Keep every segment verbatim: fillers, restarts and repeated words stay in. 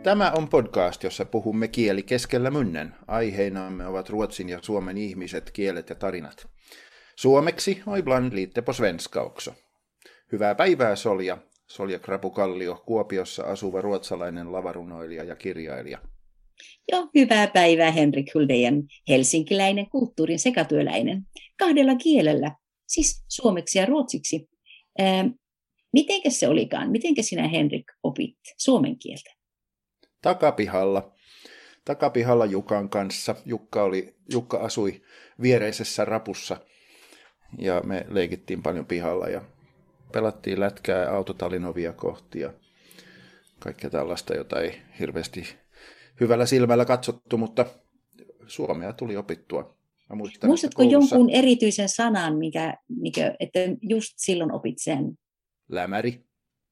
Tämä on podcast, jossa puhumme kieli keskellä munnen. Aiheinamme ovat ruotsin ja suomen ihmiset, kielet ja tarinat. Suomeksi och ibland lite på svenska också. Hyvää päivää Solja. Solja Krapukallio, Kuopiossa asuva ruotsalainen lavarunoilija ja kirjailija. Joo, hyvää päivää Henrik Huldejan, helsinkiläinen kulttuurin sekatyöläinen. Kahdella kielellä, siis suomeksi ja ruotsiksi. Ää, mitenkäs se olikaan? Mitenkä sinä Henrik opit suomen kieltä? Takapihalla. Takapihalla Jukan kanssa. Jukka, oli, Jukka asui viereisessä rapussa ja me leikittiin paljon pihalla ja pelattiin lätkää autotallin ovia kohti ja kaikkea tällaista, jota ei hirveästi hyvällä silmällä katsottu, mutta suomea tuli opittua. Muistan, Muistatko koulussa... jonkun erityisen sanan, mikä, mikä, että just silloin opit sen? Lämäri,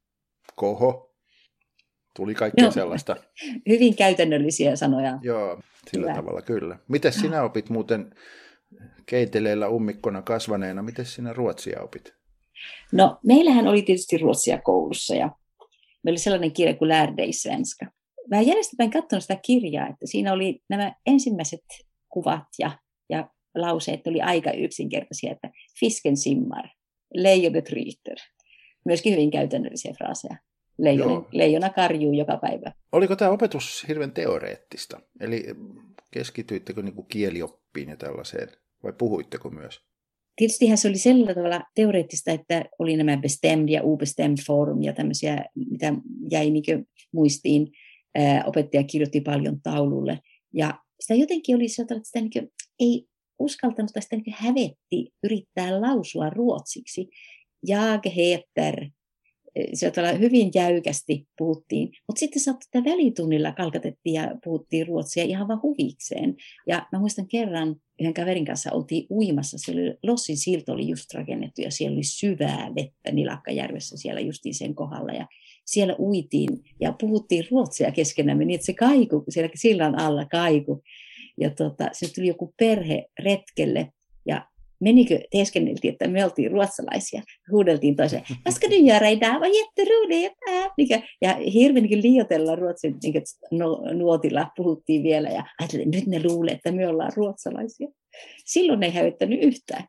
koho. Tuli kaikkea no, sellaista. Hyvin käytännöllisiä sanoja. Joo, sillä Hyvä. tavalla kyllä. Miten sinä opit muuten keiteleellä ummikkona kasvaneena? Miten sinä ruotsia opit? No, meillähän oli tietysti ruotsia koulussa ja meillä oli sellainen kirja kuin Lär dig svenska. Mä jäljestäpäin katsonut sitä kirjaa, että siinä oli nämä ensimmäiset kuvat ja, ja lauseet oli aika yksinkertaisia, että fisken simmar, leijonet ryter. Myöskin hyvin käytännöllisiä fraaseja. Leijona, leijona karjuu joka päivä. Oliko tämä opetus hirveän teoreettista? Eli keskityittekö niinku kielioppiin ja tällaiseen, vai puhuitteko myös? Tietystihän se oli sillä tavalla teoreettista, että oli nämä bestämd ja obestämd form ja tämmöisiä, mitä jäi niin muistiin. Ää, opettaja kirjoitti paljon taululle. Ja sitä jotenkin oli se, että sitä niin ei uskaltanut, tai sitä niin hävetti yrittää lausua ruotsiksi. Jag heter... Sieltä hyvin jäykästi puhuttiin, mutta sitten saattoi, että välitunnilla kalkatettiin ja puhuttiin ruotsia ihan vaan huvikseen. Ja mä muistan kerran yhden kaverin kanssa oltiin uimassa, siellä oli, Lossin silta oli just rakennettu ja siellä oli syvää vettä Nilakkajärvessä siellä justiin sen kohdalla. Ja siellä uitiin ja puhuttiin ruotsia keskenämme niin, että se kaiku, siellä sillan alla kaiku. Ja tota, se tuli joku perhe retkelle ja menikö, teeskenneltiin, että me oltiin ruotsalaisia. Huudeltiin toiseen, vad ska du göra idag? Vad jätteroligt! Ja hirveän liioitella ruotsin niin nuotilla puhuttiin vielä. Ja ajattelin, nyt ne luulee, että me ollaan ruotsalaisia. Silloin ei hävettänyt yhtään.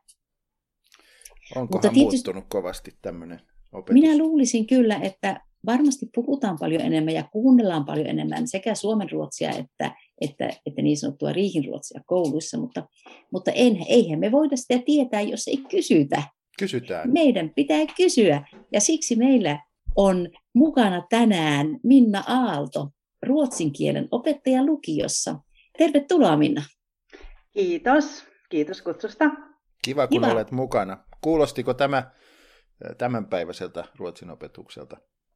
Onkohan Mutta tietysti, muuttunut kovasti tämmöinen opetus? Minä luulisin kyllä, että varmasti puhutaan paljon enemmän ja kuunnellaan paljon enemmän sekä suomen ruotsia että Että, että niin sanottua riikinruotsia kouluissa, mutta, mutta en, eihän me voida sitä tietää, jos ei kysytä. Kysytään. Meidän pitää kysyä, ja siksi meillä on mukana tänään Minna Aalto, ruotsin kielen opettaja lukiossa. Tervetuloa Minna. Kiitos, kiitos kutsusta. Kiva kun Kiva. olet mukana. Kuulostiko tämä tämänpäiväiseltä ruotsin opetukselta?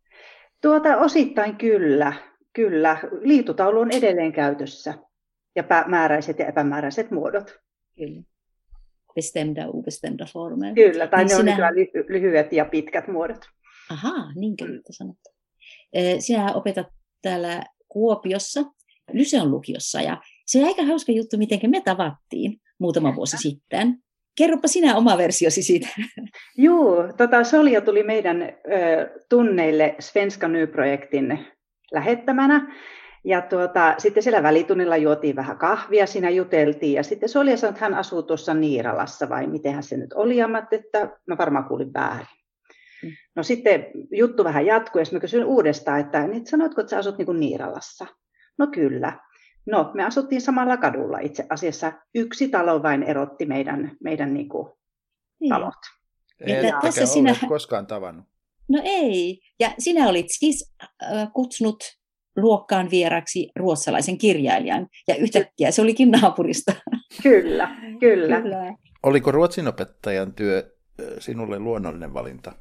Tuota osittain kyllä. Kyllä, liitutaulu on edelleen käytössä ja määräiset ja epämääräiset muodot. Kyllä. Bestämda och obestämda former. Kyllä, tai niin ne sinä... on lyhy- lyhyet ja pitkät muodot. Ahaa, niin kyllä sanottu. Sinä opetat täällä Kuopiossa, Lyseon lukiossa, ja se on aika hauska juttu, miten me tavattiin muutama vuosi sitten. Kerropa sinä oma versiosi siitä. Joo, tota, Solja tuli meidän ö, tunneille Svenska Nu-projektin lähettämänä. Ja tuota, sitten siellä välitunnilla juotiin vähän kahvia, siinä juteltiin. Ja sitten Solja sanoi, että hän asuu tuossa Niiralassa, vai mitenhän se nyt oli. Ja mä että mä varmaan kuulin väärin. Mm. No sitten juttu vähän jatkui, ja mä kysyin uudestaan, että niin sanoitko, että sä asut niin kuin Niiralassa? No kyllä. No, me asuttiin samalla kadulla itse asiassa. Yksi talo vain erotti meidän, meidän niin kuin talot. Ettekä ole sinä... koskaan tavannut. No ei. Ja sinä olit siis äh, kutsunut luokkaan vieraksi ruotsalaisen kirjailijan. Ja yhtäkkiä se olikin naapurista. Kyllä, kyllä. kyllä. Oliko ruotsinopettajan työ sinulle luonnollinen valinta?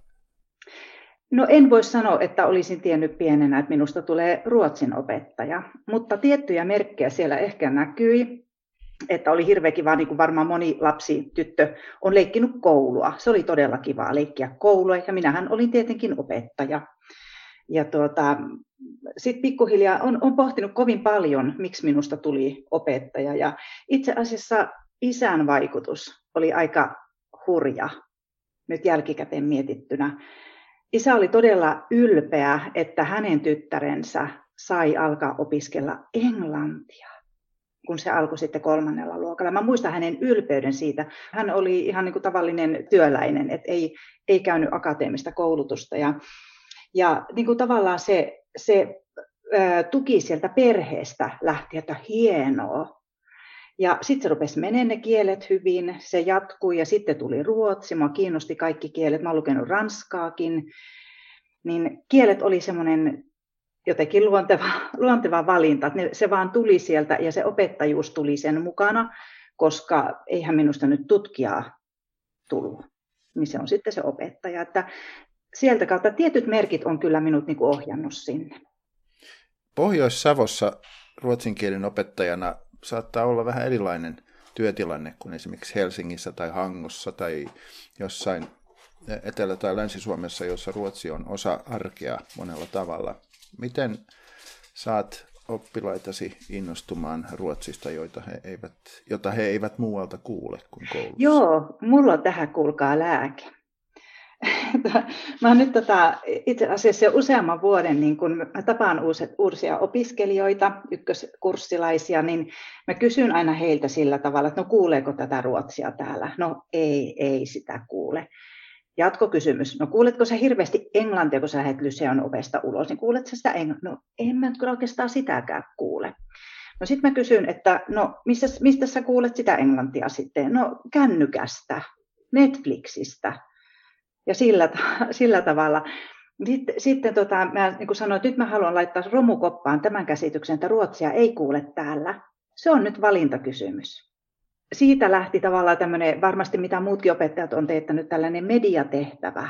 No en voi sanoa, että olisin tiennyt pienenä, että minusta tulee ruotsinopettaja. Mutta tiettyjä merkkejä siellä ehkä näkyi. Että oli hirveän kiva, niin kuin varmaan moni lapsi, tyttö on leikkinyt koulua. Se oli todella kivaa leikkiä koulua, ja minähän olin tietenkin opettaja. Ja tuota, sitten pikkuhiljaa on, on pohtinut kovin paljon, miksi minusta tuli opettaja. Ja itse asiassa isän vaikutus oli aika hurja, nyt jälkikäteen mietittynä. Isä oli todella ylpeä, että hänen tyttärensä sai alkaa opiskella englantia, kun se alkoi sitten kolmannella luokalla. Mä muistan hänen ylpeyden siitä. Hän oli ihan niin kuin tavallinen työläinen, että ei, ei käynyt akateemista koulutusta. Ja, ja niin kuin tavallaan se, se ää, tuki sieltä perheestä lähti, että hienoa. Ja sitten se rupesi menemään ne kielet hyvin, se jatkui ja sitten tuli ruotsi, mua kiinnosti kaikki kielet, mä olen lukenut ranskaakin. Niin kielet oli semmoinen jotenkin luonteva, luonteva valinta, että se vaan tuli sieltä ja se opettajuus tuli sen mukana, koska eihän minusta nyt tutkijaa tullut, niin se on sitten se opettaja. Että sieltä kautta tietyt merkit on kyllä minut niin kuin ohjannut sinne. Pohjois-Savossa ruotsin kielen opettajana saattaa olla vähän erilainen työtilanne kuin esimerkiksi Helsingissä tai Hangossa tai jossain Etelä- tai Länsi-Suomessa, jossa ruotsi on osa arkea monella tavalla. Miten saat oppilaitasi innostumaan ruotsista, joita he eivät, jota he eivät muualta kuule kuin koulussa? Joo, mulla on tähän kuulkaa lääke. Mä oon nyt tota, itse asiassa jo useamman vuoden, niin kun mä tapaan uusia, uusia opiskelijoita, ykköskurssilaisia, niin mä kysyn aina heiltä sillä tavalla, että no kuuleeko tätä ruotsia täällä? No ei, ei sitä kuule. Jatkokysymys. No kuuletko sä hirveästi englantia, kun sä lähdet Lyseon ovesta ulos, niin kuuletko sä sitä englantia? No en mä kyllä oikeastaan sitäkään kuule. No sitten mä kysyn, että no missä, mistä sä kuulet sitä englantia sitten? No kännykästä, Netflixistä ja sillä, sillä tavalla. Sitten, sitten tota, mä niin kuin sanoin, että nyt mä haluan laittaa romukoppaan tämän käsityksen, että ruotsia ei kuule täällä. Se on nyt valintakysymys. Siitä lähti tavallaan tämmöinen, varmasti mitä muutkin opettajat on teettänyt, tällainen mediatehtävä.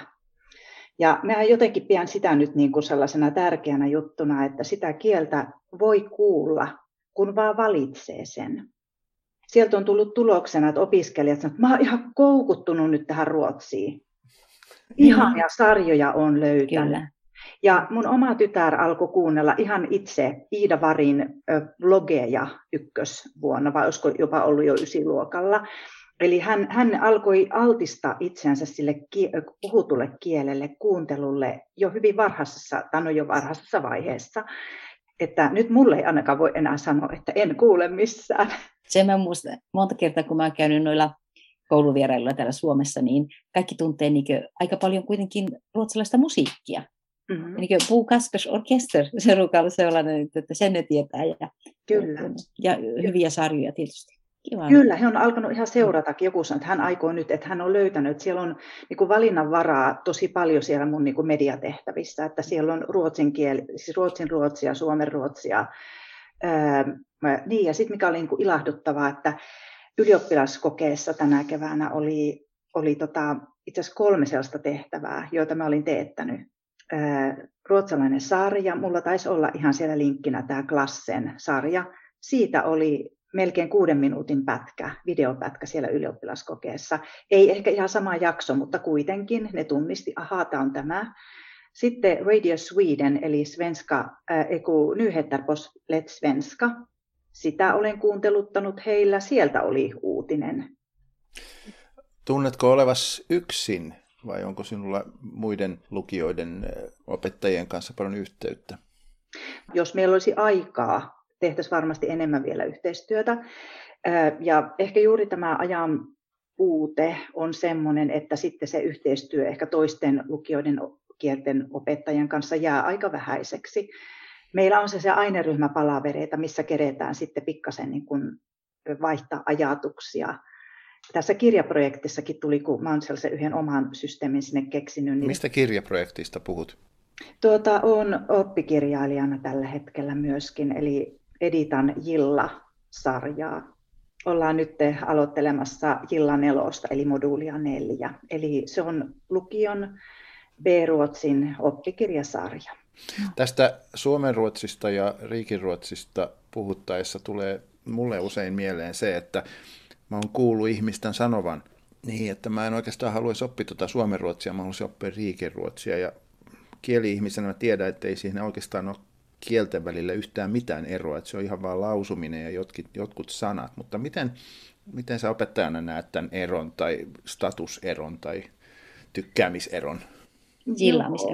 Ja mä jotenkin pidän sitä nyt niin kuin sellaisena tärkeänä juttuna, että sitä kieltä voi kuulla, kun vaan valitsee sen. Sieltä on tullut tuloksena, että opiskelijat sanovat, että mä oon ihan koukuttunut nyt tähän ruotsiin. Ihania sarjoja on löytänyt. Kyllä. Ja mun oma tytär alkoi kuunnella ihan itse Iida Varin blogeja ykkösvuonna, vai olisiko jopa ollut jo ysiluokalla. Eli hän, hän alkoi altistaa itseänsä sille puhutulle kielelle, kuuntelulle jo hyvin varhaisessa, tai no jo varhaisessa vaiheessa. Että nyt mulle ei ainakaan voi enää sanoa, että en kuule missään. Se mä muistan, monta kertaa kun mä oon käynyt noilla kouluvierailuilla täällä Suomessa, niin kaikki tuntee niin aika paljon kuitenkin ruotsalaista musiikkia. Mm-hmm. Niin Bo Kaspers Orkester, se ruukaa sellainen, että sen ne tietää. Ja, Kyllä. Ja hyviä sarjoja tietysti. Kiva. Kyllä, he on alkanut ihan seuratakin. Joku sanoi, että hän aikoo nyt, että hän on löytänyt, että siellä on niin kuin valinnanvaraa tosi paljon siellä mun niin kuin mediatehtävissä, että siellä on ruotsin kieli, siis ruotsin ruotsia, suomen ruotsia. Ää, niin, ja sitten mikä oli niin kuin ilahduttavaa, että ylioppilaskokeessa tänä keväänä oli, oli tota, itse asiassa kolme sellaista tehtävää, joita mä olin teettänyt. Ää, ruotsalainen sarja, mulla taisi olla ihan siellä linkkinä tämä Klassen sarja. Siitä oli melkein kuuden minuutin pätkä, videopätkä siellä ylioppilaskokeessa. Ei ehkä ihan sama jakso, mutta kuitenkin ne tunnisti, ahaa, tämä on tämä. Sitten Radio Sweden, eli Svenska, äh, eiku, Nyheter på Svenska. Sitä olen kuunteluttanut heillä, sieltä oli uutinen. Tunnetko olevas yksin vai onko sinulla muiden lukijoiden opettajien kanssa paljon yhteyttä? Jos meillä olisi aikaa, tehtäisiin varmasti enemmän vielä yhteistyötä. Ja ehkä juuri tämä ajan puute on sellainen, että sitten se yhteistyö ehkä toisten lukijoiden kielten opettajien kanssa jää aika vähäiseksi. Meillä on se, se aineryhmäpalavereita, missä keretään sitten pikkasen niin kuin vaihtaa ajatuksia. Tässä kirjaprojektissakin tuli, kun mä olen sellaisen yhden oman systeemin sinne keksinyt. Niin mistä kirjaprojektista puhut? Tuota, olen oppikirjailijana tällä hetkellä myöskin, eli editan Jilla-sarjaa. Ollaan nyt aloittelemassa Jilla nelosta, eli moduulia neljä. Eli se on lukion B-ruotsin oppikirjasarja. Tästä suomenruotsista ja riikinruotsista puhuttaessa tulee mulle usein mieleen se, että mä oon kuullut ihmisten sanovan niin, että mä en oikeastaan haluaisi oppia tuota suomenruotsia, mä haluaisin oppia riikinruotsia. Ja kieli-ihmisenä mä tiedän, että ei siihen oikeastaan ole kielten välillä yhtään mitään eroa, että se on ihan vaan lausuminen ja jotkut, jotkut sanat. Mutta miten, miten sä opettajana näet tämän eron tai statuseron tai tykkäämiseron? Jillaamiseron.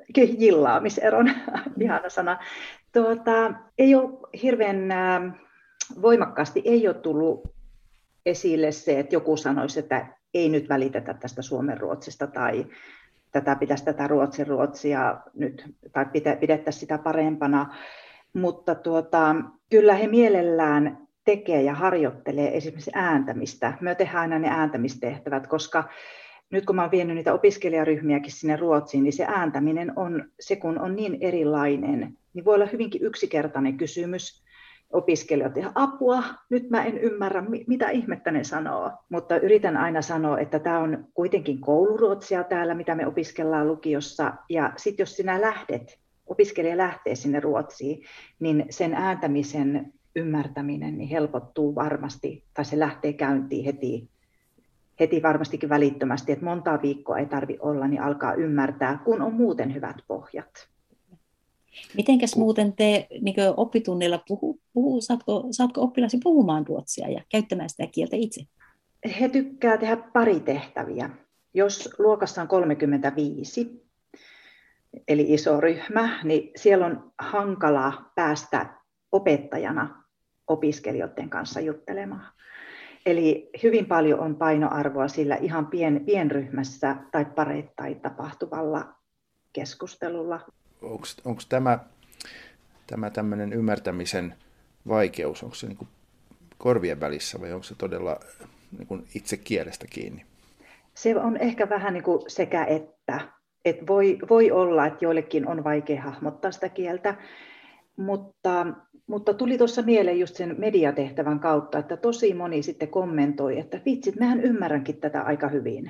jillaamiseron, ihana sana. Tuota, ei ole hirveän äh, voimakkaasti ei ole tullut esille se, että joku sanoisi, että ei nyt välitetä tästä suomenruotsista tai tätä pitäisi tätä ruotsin ruotsia nyt, tai pidettäisiin sitä parempana. Mutta tuota, kyllä he mielellään tekee ja harjoittelee esimerkiksi ääntämistä. Me tehdään aina ne ääntämistehtävät, koska nyt kun mä oon vienyt niitä opiskelijaryhmiäkin sinne Ruotsiin, niin se ääntäminen on, se kun on niin erilainen, niin voi olla hyvinkin yksinkertainen kysymys. Opiskelijat, ja apua, nyt mä en ymmärrä, mitä ihmettä ne sanoo. Mutta yritän aina sanoa, että tämä on kuitenkin kouluruotsia täällä, mitä me opiskellaan lukiossa. Ja sitten jos sinä lähdet, opiskelija lähtee sinne Ruotsiin, niin sen ääntämisen ymmärtäminen niin helpottuu varmasti, tai se lähtee käyntiin heti, heti varmastikin välittömästi, että montaa viikkoa ei tarvitse olla, niin alkaa ymmärtää, kun on muuten hyvät pohjat. Mitenkäs muuten te niin oppitunnilla puhuu, puhuu, saatko, saatko oppilasi puhumaan ruotsia ja käyttämään sitä kieltä itse? He tykkää tehdä pari tehtäviä. Jos luokassa on kolmekymmentäviisi, eli iso ryhmä, niin siellä on hankalaa päästä opettajana opiskelijoiden kanssa juttelemaan. Eli hyvin paljon on painoarvoa sillä ihan pien, pienryhmässä tai pareittain tapahtuvalla keskustelulla. Onko tämä, tämä tämmöinen ymmärtämisen vaikeus, onko se niin kuin korvien välissä vai onko se todella niin kuin itse kielestä kiinni? Se on ehkä vähän niin kuin sekä että. Et voi, voi olla, että joillekin on vaikea hahmottaa sitä kieltä, mutta, mutta tuli tuossa mieleen just sen mediatehtävän kautta, että tosi moni sitten kommentoi, että vitsit, mähän ymmärränkin tätä aika hyvin.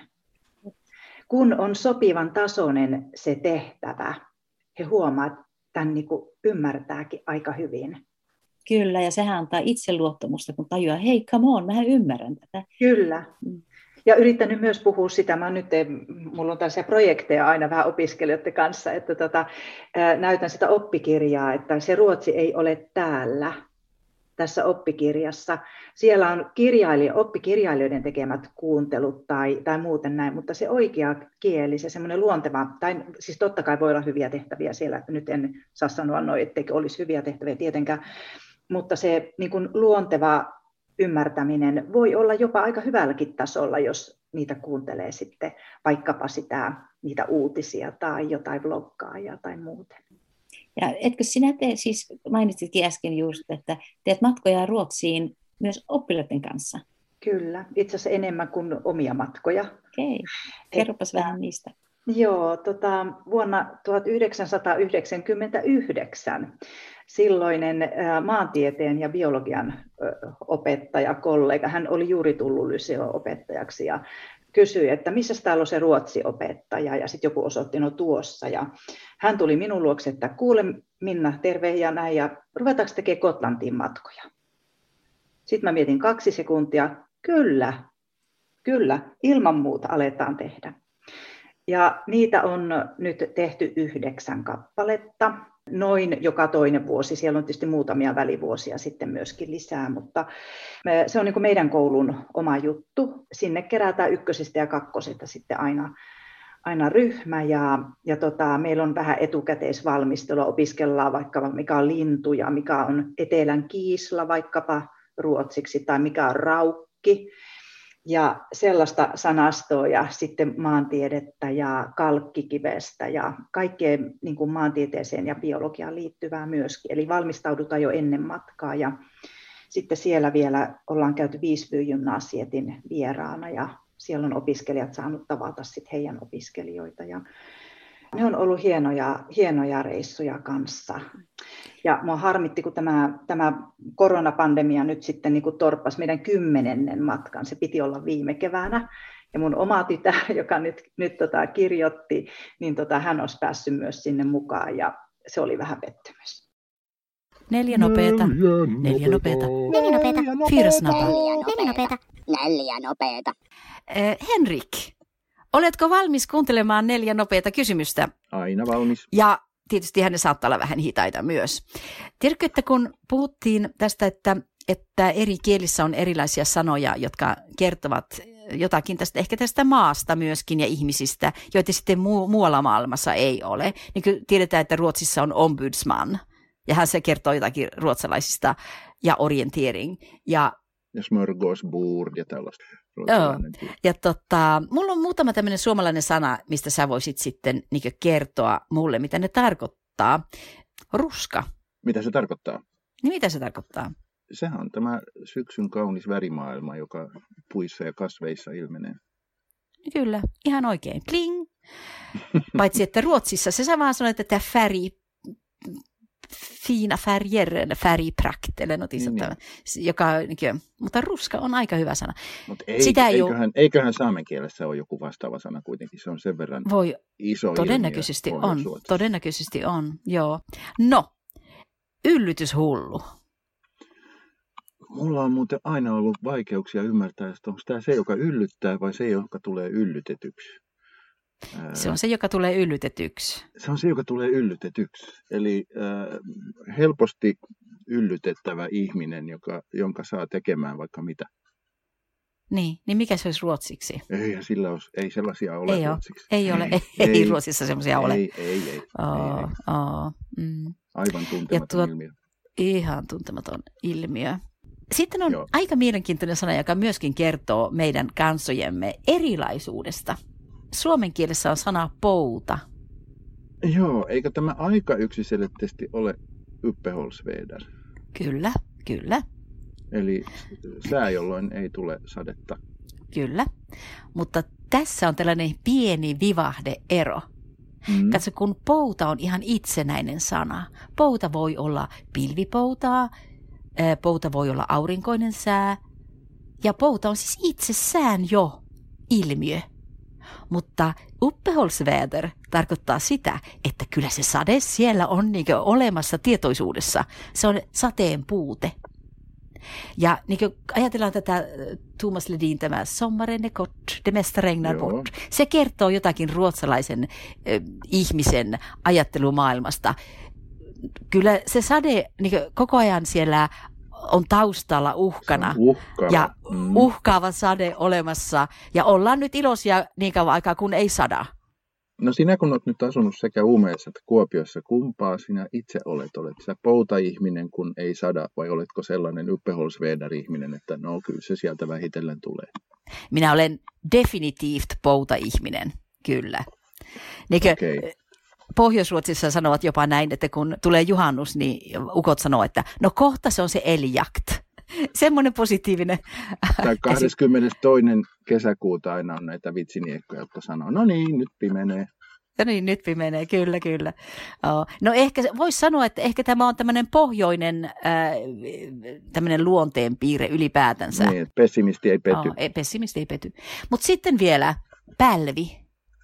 Kun on sopivan tasoinen se tehtävä, he huomaa, että tämän niin kuin ymmärtääkin aika hyvin. Kyllä, ja sehän antaa itseluottamusta, kun tajuaa, hei, come on, mä ymmärrän tätä. Kyllä. Ja yrittänyt myös puhua sitä, mä nyt, mulla on tällaisia projekteja aina vähän opiskelijoiden kanssa, että tota, ää, näytän sitä oppikirjaa, että se ruotsi ei ole täällä tässä oppikirjassa. Siellä on kirjailija, oppikirjailijoiden tekemät kuuntelut tai, tai muuten näin, mutta se oikea kieli, se semmoinen luonteva, tai siis totta kai voi olla hyviä tehtäviä siellä, nyt en saa sanoa noin, etteikö olisi hyviä tehtäviä tietenkään, mutta se niin kuin luonteva ymmärtäminen voi olla jopa aika hyvälläkin tasolla, jos niitä kuuntelee sitten vaikkapa sitä, niitä uutisia tai jotain bloggaajaa tai muuten. Ja etkö sinä tee, siis mainitsitkin äsken just, että teet matkoja Ruotsiin myös oppilaiden kanssa? Kyllä, itse asiassa enemmän kuin omia matkoja. Okei, kerropas vähän niistä. Joo, tota, vuonna tuhatyhdeksänsataayhdeksänkymmentäyhdeksän silloinen ä, maantieteen ja biologian ä, opettaja, kollega, hän oli juuri tullut lyseo-opettajaksi ja kysyi, että missä täällä on se ruotsiopettaja, ja sitten joku osoitti, no tuossa, ja hän tuli minun luokse, että kuule Minna, terve ja näin, ja ruvetaanko tekemään Gotlantiin matkoja? Sitten mä mietin kaksi sekuntia, kyllä, kyllä, ilman muuta aletaan tehdä. Ja niitä on nyt tehty yhdeksän kappaletta, noin joka toinen vuosi. Siellä on tietysti muutamia välivuosia sitten myöskin lisää, mutta se on niin kuin meidän koulun oma juttu. Sinne kerätään ykkösestä ja kakkosesta sitten aina, aina ryhmä ja, ja tota, meillä on vähän etukäteisvalmistelua. Opiskellaan vaikka mikä on lintu ja mikä on etelän kiisla vaikkapa ruotsiksi tai mikä on raukki. Ja sellaista sanastoa ja sitten maantiedettä ja kalkkikivestä ja kaikkeen niin kuin maantieteeseen ja biologiaan liittyvää myöskin. Eli valmistaudutaan jo ennen matkaa ja sitten siellä vielä ollaan käyty Visby-gymnasietin vieraana ja siellä on opiskelijat saanut tavata sitten heidän opiskelijoita. Ja ne on ollut hienoja, hienoja reissuja kanssa. Ja mua harmitti, kun tämä, tämä koronapandemia nyt sitten niin kuin torppasi meidän kymmenennen matkan. Se piti olla viime keväänä. Ja mun oma tytär, joka nyt, nyt tota kirjoitti, niin tota, hän olisi päässyt myös sinne mukaan. Ja se oli vähän pettymys. Neljä nopeeta. Neljä nopeeta. Neljä nopeeta. Fyra snabba. Neljä nopeeta. Neljä nopeeta. Eh, Henrik, oletko valmis kuuntelemaan neljä nopeata kysymystä? Aina valmis. Ja tietysti ne saattaa olla vähän hitaita myös. Tiedätkö, että kun puhuttiin tästä, että, että eri kielissä on erilaisia sanoja, jotka kertovat jotakin tästä, ehkä tästä maasta myöskin ja ihmisistä, joita sitten mu- muualla maailmassa ei ole. Niin kuin tiedetään, että Ruotsissa on ombudsman, ja hän se kertoo jotakin ruotsalaisista ja orientering. Ja, ja smörgåsbord ja tällaista. Joo, ja tota, mulla on muutama tämmöinen suomalainen sana, mistä sä voisit sitten niin kuin kertoa mulle, mitä ne tarkoittaa. Ruska. Mitä se tarkoittaa? Niin mitä se tarkoittaa? Sehän on tämä syksyn kaunis värimaailma, joka puissa ja kasveissa ilmenee. Kyllä, ihan oikein. Kling! Paitsi, että Ruotsissa se sä vaan sanoit, että färg, fina färger, färgprakt, eller något niin, sånt, niin. Joka, mutta ruska on aika hyvä sana. Mutta ei, eiköhän, eiköhän saamen kielessä ole joku vastaava sana kuitenkin, se on sen verran Voi, iso todennäköisesti on, todennäköisesti on, joo. No, yllytyshullu. Mulla on muuten aina ollut vaikeuksia ymmärtää, että onko tämä se, joka yllyttää vai se, joka tulee yllytetyksi. Se on se, joka tulee yllytetyksi. Se on se, joka tulee yllytetyksi. Eli äh, helposti yllytettävä ihminen, joka, jonka saa tekemään vaikka mitä. Niin, niin mikä se olisi ruotsiksi? Ei, sillä olisi, ei sellaisia ole ei ruotsiksi. Ei, ei ole, ei, ei, ei Ruotsissa sellaisia ole. Ei, ei, ei. Oh, ei, ei. Oh, mm. Aivan tuntematon tuo, ilmiö. Ihan tuntematon ilmiö. Sitten on Joo. aika mielenkiintoinen sana, joka myöskin kertoo meidän kansojemme erilaisuudesta. Suomen kielessä on sana pouta. Joo, eikö tämä aika yksiselitteisesti ole uppehållsväder? Kyllä, kyllä. Eli sää, jolloin ei tule sadetta. Kyllä, mutta tässä on tällainen pieni vivahde-ero. Mm. Katso, kun pouta on ihan itsenäinen sana. Pouta voi olla pilvipoutaa, pouta voi olla aurinkoinen sää, ja pouta on siis itsessään jo ilmiö. Mutta uppehållsväder tarkoittaa sitä, että kyllä se sade siellä on niin kuin olemassa tietoisuudessa. Se on sateen puute. Ja niin kuin ajatellaan tätä Thomas Ledin, tämä Sommaren är kort, det mesta regnar bort. Se kertoo jotakin ruotsalaisen äh, ihmisen ajattelumaailmasta. Kyllä se sade niin kuin koko ajan siellä on taustalla uhkana uhkaava. ja mm. uhkaava sade olemassa. Ja ollaan nyt iloisia niin kauan aikaa, kun ei sada. No sinä kun olet nyt asunut sekä Uumeessa että Kuopiossa, kumpaa sinä itse olet? Olet sä pouta-ihminen, kun ei sada, vai oletko sellainen uppehållsväder-ihminen, että no kyllä se sieltä vähitellen tulee? Minä olen definitivt pouta-ihminen, kyllä. Niinkö, okay. Pohjois-Ruotsissa sanovat jopa näin, että kun tulee juhannus, niin ukot sanoo, että no kohta se on se älgjakt. Semmoinen positiivinen. Tai kahdeskymmenestoinen kesäkuuta aina on näitä vitsiniekkoja, jotka sanoo, no niin, nyt pimenee. No niin, nyt pimenee, kyllä, kyllä. No ehkä voisi sanoa, että ehkä tämä on tämmöinen pohjoinen äh, tämmöinen luonteenpiirre ylipäätänsä. Niin, pessimisti ei pety. Oh, ei, pessimisti ei pety. Mutta sitten vielä pälvi.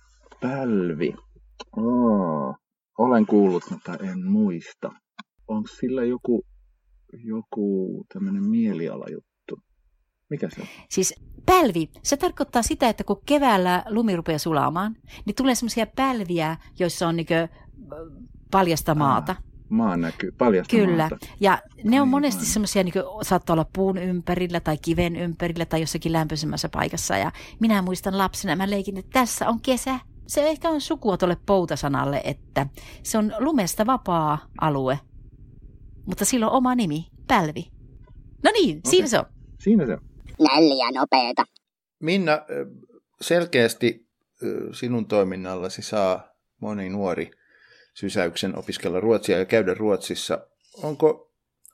Pälvi. Oh, olen kuullut, mutta en muista. Onko sillä joku, joku tämmöinen mielialajuttu? Mikä se on? Siis pälvi, se tarkoittaa sitä, että kun keväällä lumi rupeaa sulamaan, niin tulee semmoisia pälviä, joissa on niinkö paljasta maata. Ah, maa näkyy, paljasta Kyllä. maata. Ja ne on monesti semmoisia, niin saattaa olla puun ympärillä tai kiven ympärillä tai jossakin lämpöisemmässä paikassa. Ja minä muistan lapsena, mä leikin, että tässä on kesä. Se ehkä on sukua tuolle poutasanalle, että se on lumesta vapaa alue, mutta sillä on oma nimi, pälvi. No niin, okay. Siinä se on. Siinä se on. Nälliä nopeeta. Minna, selkeästi sinun toiminnallasi saa moni nuori sysäyksen opiskella ruotsia ja käydä Ruotsissa. Onko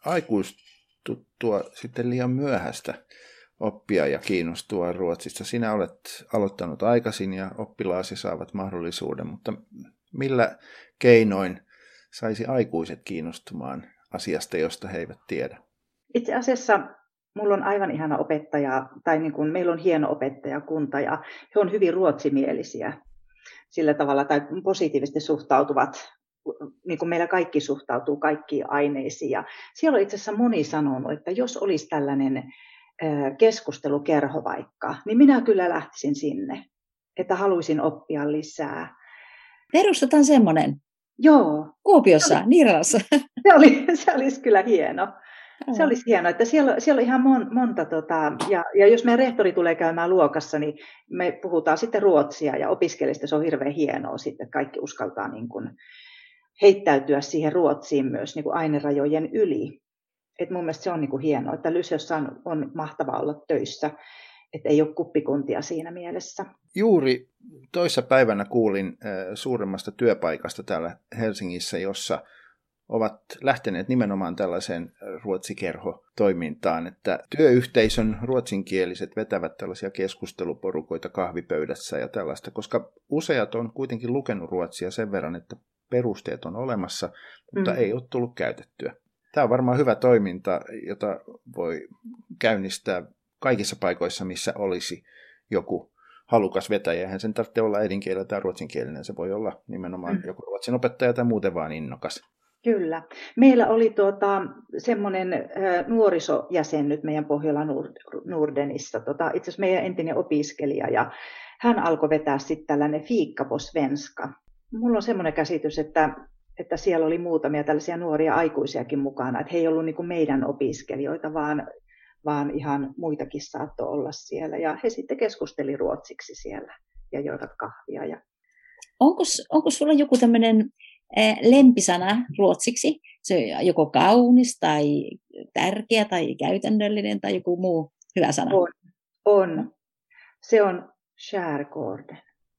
aikuistuttua sitten liian myöhäistä oppia ja kiinnostua Ruotsista? Sinä olet aloittanut aikaisin ja oppilaasi saavat mahdollisuuden, mutta millä keinoin saisi aikuiset kiinnostumaan asiasta, josta he eivät tiedä? Itse asiassa mulla on aivan ihana opettaja, tai niin kuin meillä on hieno opettajakunta, ja he on hyvin ruotsimielisiä sillä tavalla, tai positiivisesti suhtautuvat, niin kuin meillä kaikki suhtautuu kaikkiin aineisiin. Ja siellä on itse asiassa moni sanonut, että jos olisi tällainen keskustelukerho vaikka, niin minä kyllä lähtisin sinne, että haluaisin oppia lisää. Perustetaan semmoinen. Joo. Kuopiossa, Niiralassa. Se, oli, se olisi kyllä hieno. Se olisi hienoa, että siellä, siellä on ihan mon, monta, tota, ja, ja jos meidän rehtori tulee käymään luokassa, niin me puhutaan sitten ruotsia ja opiskelijasta se on hirveän hienoa sitten, että kaikki uskaltaa niin kuin heittäytyä siihen ruotsiin myös niin kuin ainerajojen yli. Et mun mielestä se on niin kuin hienoa, että Lyseossa on, on mahtavaa olla töissä, että ei ole kuppikuntia siinä mielessä. Juuri toissa päivänä kuulin äh, suuremmasta työpaikasta täällä Helsingissä, jossa ovat lähteneet nimenomaan tällaiseen ruotsikerhotoimintaan, että työyhteisön ruotsinkieliset vetävät tällaisia keskusteluporukoita kahvipöydässä ja tällaista, koska useat on kuitenkin lukenut ruotsia sen verran, että perusteet on olemassa, mutta mm. ei ole tullut käytettyä. Tämä on varmaan hyvä toiminta, jota voi käynnistää kaikissa paikoissa, missä olisi joku halukas vetäjä. Eihän sen tarvitse olla äidinkielellä tai ruotsinkielinen, se voi olla nimenomaan mm. joku ruotsin opettaja tai muuten vaan innokas. Kyllä. Meillä oli tuota, semmoinen äh, nuorisojäsen nyt meidän Pohjola Nordenissa, tota, itse asiassa meidän entinen opiskelija, ja hän alkoi vetää sitten tällainen fiikka på svenska. Mulla on semmoinen käsitys, että, että siellä oli muutamia tällaisia nuoria aikuisiakin mukana, että he ei ollut niin kuin meidän opiskelijoita, vaan, vaan ihan muitakin saattoi olla siellä, ja he sitten keskusteli ruotsiksi siellä ja joivat kahvia. Ja... Onko, onko sulla joku tämmöinen lempisana ruotsiksi, se on joko kaunis tai tärkeä tai käytännöllinen tai joku muu hyvä sana? On, on. Se on skärgården.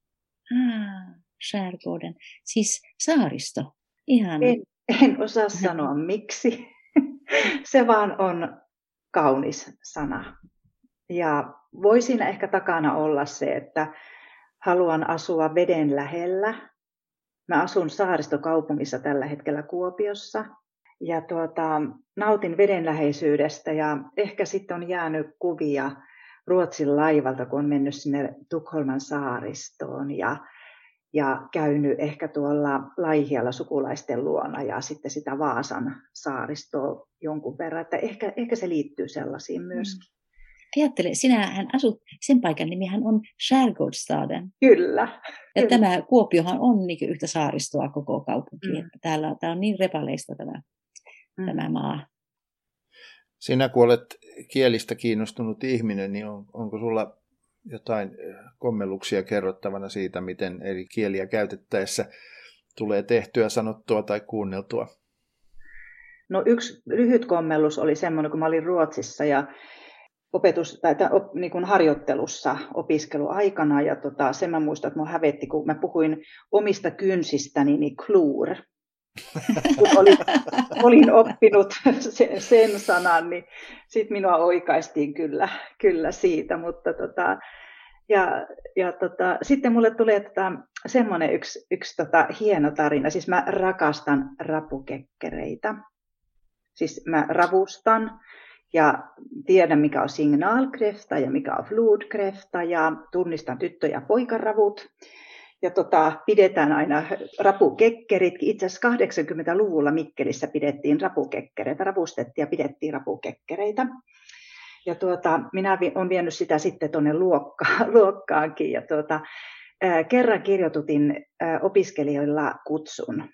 Ah, skärgården. Siis saaristo. Ihan. En, en osaa sanoa miksi. Se vaan on kaunis sana. Ja voi siinä ehkä takana olla se, että haluan asua veden lähellä. Mä asun saaristokaupungissa tällä hetkellä Kuopiossa ja tuota, nautin veden läheisyydestä ja ehkä sitten on jäänyt kuvia Ruotsin laivalta, kun on mennyt sinne Tukholman saaristoon ja, ja käynyt ehkä tuolla Laihialla sukulaisten luona ja sitten sitä Vaasan saaristoa jonkun verran, että ehkä, ehkä se liittyy sellaisiin myöskin. Ajattele, sinähän asut, sen paikan nimihän on Skärgårdsstaden. Kyllä. Ja kyllä. tämä Kuopiohan on niin yhtä saaristoa koko kaupunki. Mm. Täällä, täällä on niin repaleista tämä, mm. tämä maa. Sinä kun olet kielistä kiinnostunut ihminen, niin on, onko sulla jotain kommelluksia kerrottavana siitä, miten eri kieliä käytettäessä tulee tehtyä, sanottua tai kuunneltua? No yksi lyhyt kommellus oli semmoinen, kun mä olin Ruotsissa ja opetus, tai op, niin kuin harjoittelussa opiskeluaikana, ja tota, sen mä muistan, että minua hävetti, kun mä puhuin omista kynsistäni, niin klur. Kun olin, olin oppinut sen, sen sanan, niin sitten minua oikaistiin kyllä, kyllä siitä, mutta tota, ja, ja tota, sitten mulle tulee tota, semmoinen yksi, yksi tota, hieno tarina, siis mä rakastan rapukekkereitä, siis mä ravustan, ja tiedän, mikä on signaalkräfta ja mikä on flodkräfta ja tunnistan tyttö- ja poikaravut. Ja tota, pidetään aina rapukekkeritkin. Itse asiassa kahdeksankymmentäluvulla Mikkelissä pidettiin rapukekkereitä, ravustettiin ja pidettiin rapukekkereitä. Ja tuota, minä olen vienyt sitä sitten tuonne luokkaan, luokkaankin. Ja tuota, ää, kerran kirjoitutin ää, opiskelijoilla kutsun.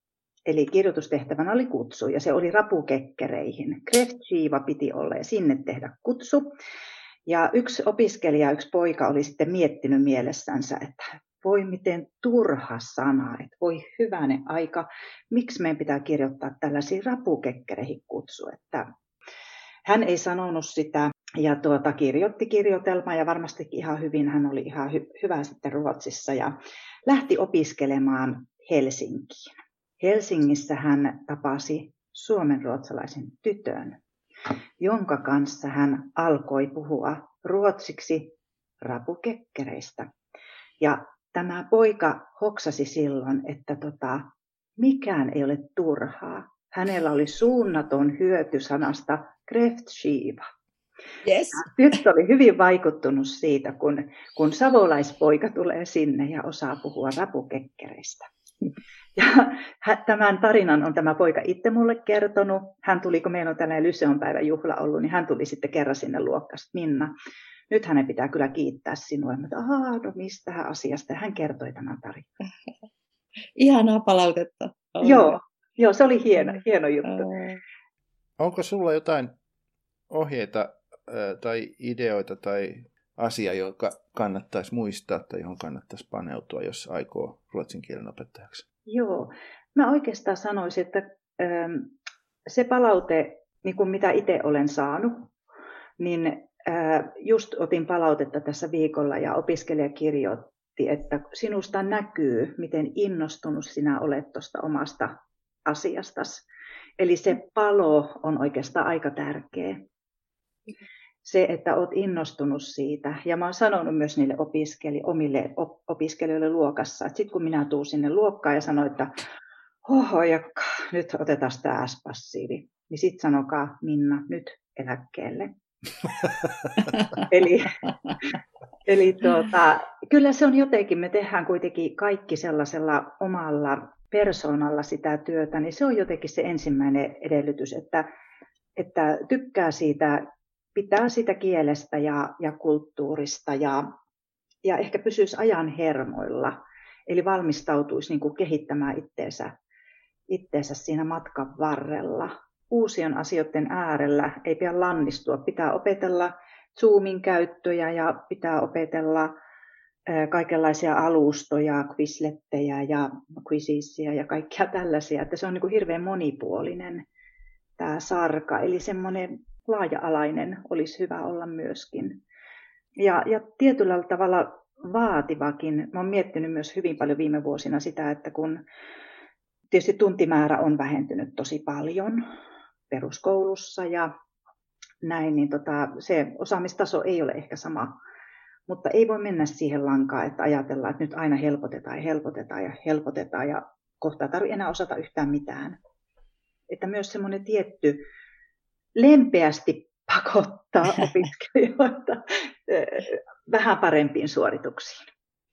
Eli kirjoitustehtävänä oli kutsu, ja se oli rapukekkereihin. Kräftskiva piti olla, ja sinne tehdä kutsu. Ja yksi opiskelija, yksi poika oli sitten miettinyt mielessänsä, että voi miten turha sana, että voi hyvänen aika, miksi meidän pitää kirjoittaa tällaisiin rapukekkereihin kutsu. Että hän ei sanonut sitä, ja tuota, kirjoitti kirjoitelmaa, ja varmastikin ihan hyvin hän oli ihan hy- hyvä sitten Ruotsissa, ja lähti opiskelemaan Helsinkiin. Helsingissä hän tapasi suomenruotsalaisen tytön, jonka kanssa hän alkoi puhua ruotsiksi rapukekkereistä. Ja tämä poika hoksasi silloin, että tota, mikään ei ole turhaa. Hänellä oli suunnaton hyöty sanasta kräftskiva. Yes. Tyttö oli hyvin vaikuttunut siitä, kun, kun savolaispoika tulee sinne ja osaa puhua rapukekkereistä. Ja tämän tarinan on tämä poika itse mulle kertonut. Hän tuli, kun meillä on tällainen Lyseon päivän juhla ollut, niin hän tuli sitten kerran sinne luokkaan. Minna, nyt hänen pitää kyllä kiittää sinua. Mutta ahaa, no mistähän asiasta? Ja hän kertoi tämän tarinan. Ihanaa palautetta. Oh. Joo, joo, se oli hieno, hieno juttu. Oh. Onko sulla jotain ohjeita tai ideoita tai asia, joka kannattaisi muistaa tai johon kannattaisi paneutua, jos aikoo ruotsin kielen opettajaksi? Joo, mä oikeastaan sanoisin, että se palaute, niin kuin mitä itse olen saanut, niin just otin palautetta tässä viikolla ja opiskelija kirjoitti, että sinusta näkyy, miten innostunut sinä olet tuosta omasta asiastasi. Eli se palo on oikeastaan aika tärkeä. Se, että olet innostunut siitä. Ja mä oon sanonut myös niille opiskeli, omille op- opiskelijoille luokassa, että sitten kun minä tuun sinne luokkaan ja sanon, että oho, jakka, nyt otetaan tämä S-passiivi, niin sitten sanokaa, Minna, nyt eläkkeelle. eli eli tuota, kyllä se on jotenkin, me tehdään kuitenkin kaikki sellaisella omalla persoonalla sitä työtä, niin se on jotenkin se ensimmäinen edellytys, että, että tykkää siitä, pitää siitä kielestä ja, ja kulttuurista ja, ja ehkä pysyisi ajan hermoilla, eli valmistautuisi niin kuin kehittämään itteensä, itteensä siinä matkan varrella. Uusien asioiden äärellä ei pidä lannistua, pitää opetella Zoomin käyttöjä ja pitää opetella kaikenlaisia alustoja, Quizlettejä ja Quizizia ja kaikkia tällaisia, että se on niin kuin hirveän monipuolinen tämä sarka, eli semmoinen laaja-alainen olisi hyvä olla myöskin. Ja, ja tietyllä tavalla vaativakin. Mä oon miettinyt myös hyvin paljon viime vuosina sitä, että kun tietysti tuntimäärä on vähentynyt tosi paljon peruskoulussa ja näin, niin tota, se osaamistaso ei ole ehkä sama. Mutta ei voi mennä siihen lankaan, että ajatellaan, että nyt aina helpotetaan ja helpotetaan ja helpotetaan ja kohta ei tarvitse enää osata yhtään mitään. Että myös semmoinen tietty lempeästi pakottaa opiskelijoita vähän parempiin suorituksiin.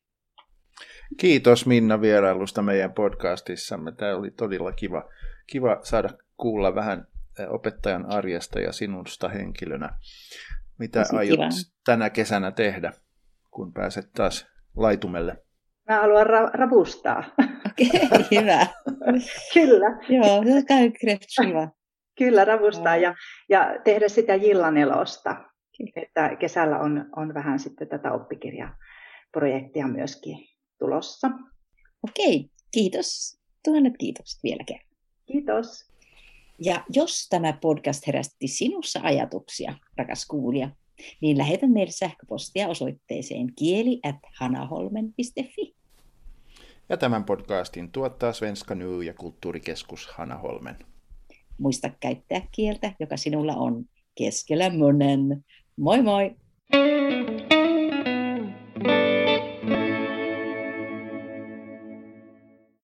Kiitos Minna vierailusta meidän podcastissamme. Tämä oli todella kiva, kiva saada kuulla vähän opettajan arjesta ja sinusta henkilönä. Mitä Tosi aiot kiva. tänä kesänä tehdä, kun pääset taas laitumelle? Mä haluan ra- ravustaa. Okei, okay, hyvä. Kyllä. Joo, se käy hyvä. Kyllä, ravustaa ja, ja tehdä sitä Jillanelosta. Että kesällä on, on vähän sitten tätä oppikirjaprojektia myöskin tulossa. Okei, kiitos. Tuhannet kiitokset vielä kerran. Kiitos. Ja jos tämä podcast herätti sinussa ajatuksia, rakas kuulija, niin lähetä meille sähköpostia osoitteeseen kieli at hanaholmen piste fi. Ja tämän podcastin tuottaa Svenska Nu ja kulttuurikeskus Hanaholmen. Muista käyttää kieltä, joka sinulla on keskellä monen. Moi moi!